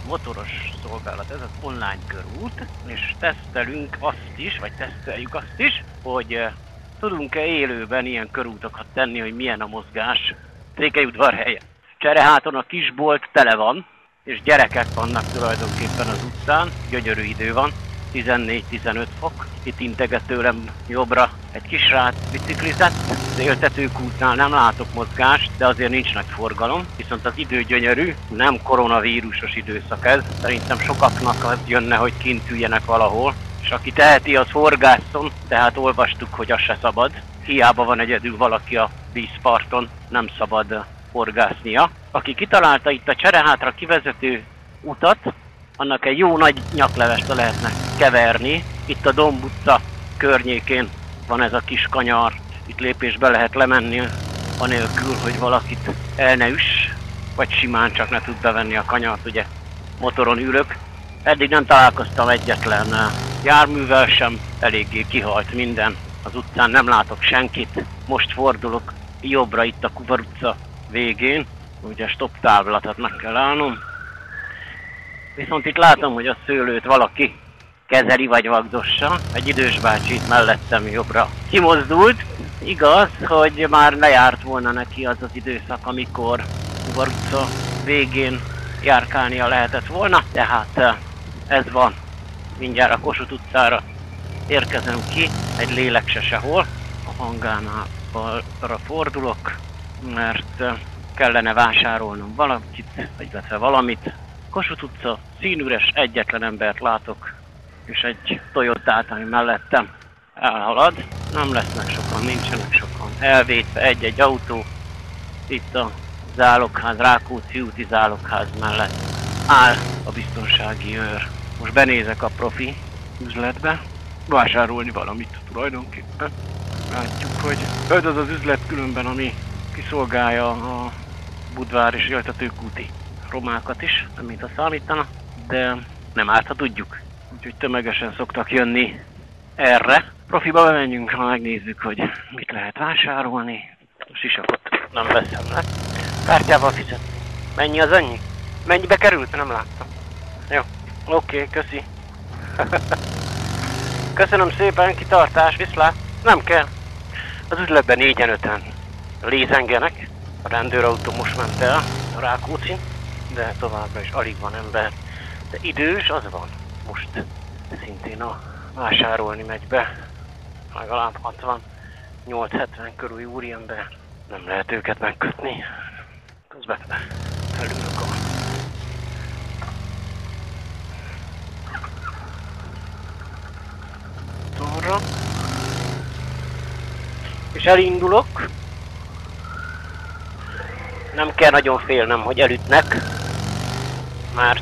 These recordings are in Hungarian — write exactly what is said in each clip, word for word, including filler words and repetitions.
motoros szolgálat, ez az online körút, és tesztelünk azt is, vagy teszteljük azt is, hogy tudunk-e élőben ilyen körútokat tenni, hogy milyen a mozgás Székelyudvarhelyen. Csereháton a kisbolt tele van, és gyerekek vannak tulajdonképpen az utcán, gyönyörű idő van, tizennégy-tizenöt fok. Itt integet tőlem jobbra egy kisrác biciklizett. Az éltetőkútnál nem látok mozgást, de azért nincs nagy forgalom. Viszont az idő gyönyörű, nem koronavírusos időszak ez. Szerintem sokaknak az jönne, hogy kint üljenek valahol. És aki teheti, az horgásszon, tehát olvastuk, hogy az se szabad. Hiába van egyedül valaki a vízparton, nem szabad horgásznia. Aki kitalálta itt a Cserehátra kivezető utat, annak egy jó nagy nyaklevest lehetne keverni. Itt a Domb utca környékén van ez a kis kanyar, itt lépésbe lehet lemenni, anélkül, hogy valakit el ne üss, vagy simán csak ne tud bevenni a kanyart, ugye motoron ülök. Eddig nem találkoztam egyetlen járművel sem, eléggé kihalt minden. Az utcán nem látok senkit, most fordulok jobbra itt a Kuvar utca végén, ugye stop táblatot meg kell állnom. Viszont itt látom, hogy a szőlőt valaki kezeli vagy vagdossa. Egy idős bácsi itt mellettem jobbra kimozdult. Igaz, hogy már lejárt volna neki az az időszak, amikor Kuvar utca végén járkálnia lehetett volna. Tehát ez van. Mindjárt a Kossuth utcára érkezem ki, egy lélek se sehol. A hangánál balra fordulok, mert kellene vásárolnom valamit, illetve valamit. Kossuth utca, színüres, egyetlen embert látok, és egy Toyotát, ami mellettem elhalad. Nem lesznek sokan, nincsenek sokan. Elvétve egy-egy autó, itt a zálogház, Rákóczi úti zálogház mellett áll a biztonsági őr. Most benézek a profi üzletbe, vásárolni valamit tulajdonképpen. Látjuk, hogy ez az az üzlet különben, ami kiszolgálja a Budvár és éltetőkúti romákat is, nem mint a számítana, de nem árt, ha tudjuk. Úgyhogy tömegesen szoktak jönni erre. Profiba bemenjünk, ha megnézzük, hogy mit lehet vásárolni. A sisakot nem veszem le. Kártyával fizet. Mennyi az annyi? Mennyibe került? Nem láttam. Jó. Oké, okay, köszi. Köszönöm szépen, kitartás, viszlát. Nem kell. Az üzletben négyen öten lézengenek. A rendőrautó most ment el a Rákóczin, de továbbra is alig van ember. De idős az van. Most szintén a vásárolni megy be. Legalább hatvan-nyolc-hetven körüli úriember. Nem lehet őket megkötni. Közben felülök a torra. És elindulok. Nem kell nagyon félnem, hogy elütnek, mert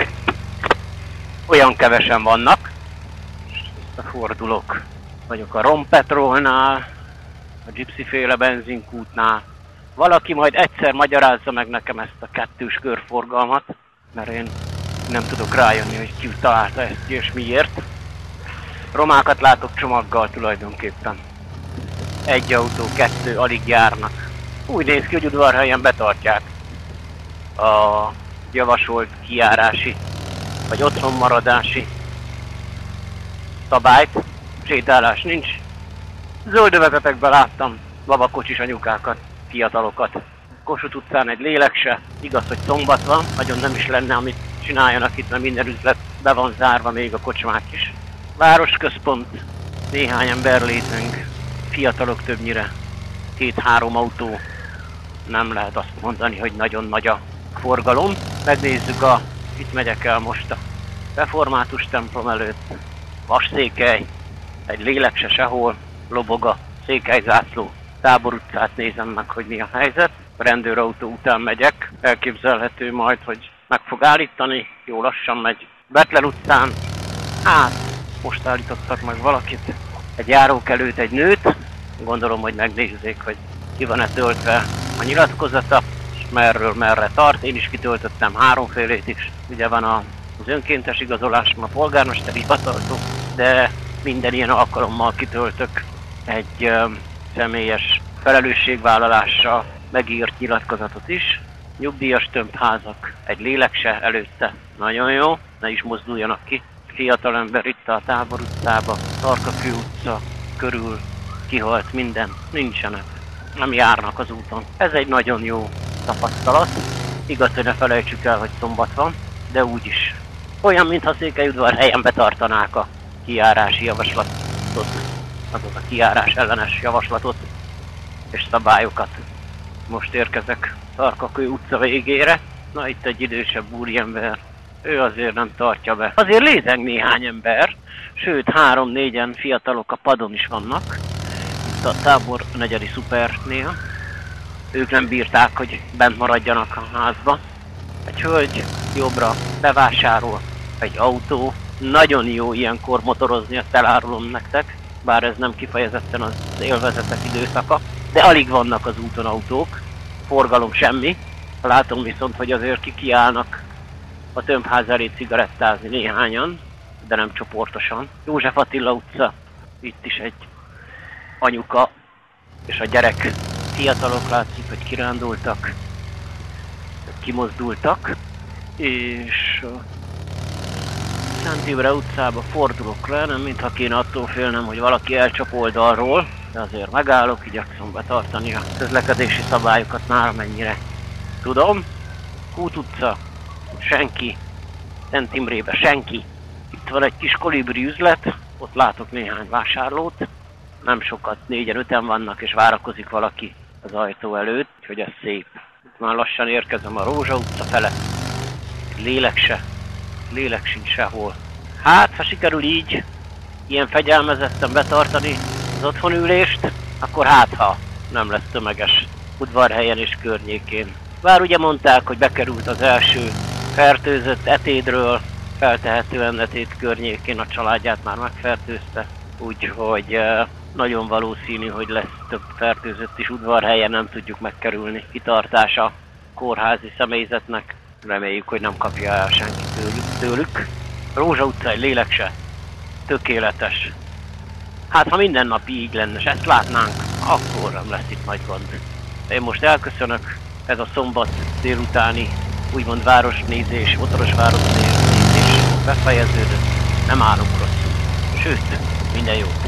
olyan kevesen vannak. És visszafordulok. Vagyok a Rompetrolnál, a Gypsy féle benzinkútnál. Valaki majd egyszer magyarázza meg nekem ezt a kettős körforgalmat, mert én nem tudok rájönni, hogy ki találta ezt és miért. Romákat látok csomaggal tulajdonképpen. Egy autó, kettő, alig járnak. Úgy néz ki, hogy Udvarhelyen betartják a javasolt kijárási vagy otthonmaradási szabályt. Sétálás nincs. Zöldövezetekben láttam babakocsis anyukákat, fiatalokat. Kossuth utcán egy lélek se. Igaz, hogy szombat van, nagyon nem is lenne, amit csináljanak itt, mert minden üzlet be van zárva, még a kocsmák is. Városközpont, néhány ember létünk, fiatalok többnyire, két-három autó. Nem lehet azt mondani, hogy nagyon nagy a forgalom. Megnézzük a, itt megyek el most a református templom előtt. Vasszékely, egy lélek se sehol, lobog a székelyzászló. Tábor utcát nézem meg, hogy mi a helyzet. A rendőrautó után megyek, elképzelhető majd, hogy meg fog állítani, jó lassan megy. Bethlen utcán, hát most állítottak meg valakit, egy járókelőt, egy nőt. Gondolom, hogy megnézzék, hogy ki van-e töltve a nyilatkozata, és merről merre tart. Én is kitöltöttem háromfélét is. Ugye van az önkéntes igazolásom a polgármesteri hivataltól, de minden ilyen alkalommal kitöltök egy ö, személyes felelősségvállalással megírt nyilatkozatot is. Nyugdíjas tömbházak, egy lélek se előtte Nagyon jó, ne is mozduljanak ki. Fiatalember itt a Tábor utcába, Tarkakő utca körül kihalt minden, nincsenek. Nem járnak az úton. Ez egy nagyon jó tapasztalat. Igaz, hogy ne felejtsük el, hogy szombat van, de úgyis. Olyan, mintha Székelyudvarhelyen betartanák a kijárási javaslatot, azaz a kijárás ellenes javaslatot és szabályokat. Most érkezek Tarkakő utca végére. Na, itt egy idősebb úriember. Ő azért nem tartja be. Azért léteg néhány ember, sőt három-négyen fiatalok a padon is vannak. Itt a Tábor negyedi szupernél. Ők nem bírták, hogy bent maradjanak a házba. Egy hölgy jobbra bevásárol, egy autó. Nagyon jó ilyenkor motorozni, ezt elárulom nektek. Bár ez nem kifejezetten az élvezetek időszaka. De alig vannak az úton autók. Forgalom semmi. Látom viszont, hogy azért kikiállnak a tömbház elé cigarettázni néhányan, de nem csoportosan. József Attila utca, itt is egy anyuka és a gyerek. Fiatalok látszik, hogy kirándultak, kimozdultak, és Szent Imre utcába fordulok le, nem mintha kéne attól félnem, hogy valaki elcsap oldalról, de azért megállok, igyekszem betartani a közlekedési szabályokat már mennyire tudom. Kút utca, senki. Szent Imrébe senki. Itt van egy kis kolibri üzlet, ott látok néhány vásárlót. Nem sokat, négyen, öten vannak, és várakozik valaki az ajtó előtt, hogy ez szép. Itt már lassan érkezem a Rózsa utca fele. Lélek se, lélek sincs sehol. Hát, ha sikerül így, ilyen fegyelmezetten betartani az otthonülést, akkor hát ha nem lesz tömeges Udvarhelyen és környékén. Bár ugye mondták, hogy bekerült az első fertőzött Etédről, feltehetően Etét környékén a családját már megfertőzte, úgyhogy nagyon valószínű, hogy lesz több fertőzött is Udvarhelyen, nem tudjuk megkerülni. Kitartása kórházi személyzetnek, reméljük, hogy nem kapja el senki tőlük. tőlük. Rózsa utca egy lélek se, tökéletes. Hát ha minden nap így lenne, és ezt látnánk, akkor nem lesz itt nagy gond. Én most elköszönök, ez a szombat délutáni úgymond városnézés, motoros városnézés befejeződött, nem állunk rosszul. Sőt, minden jó.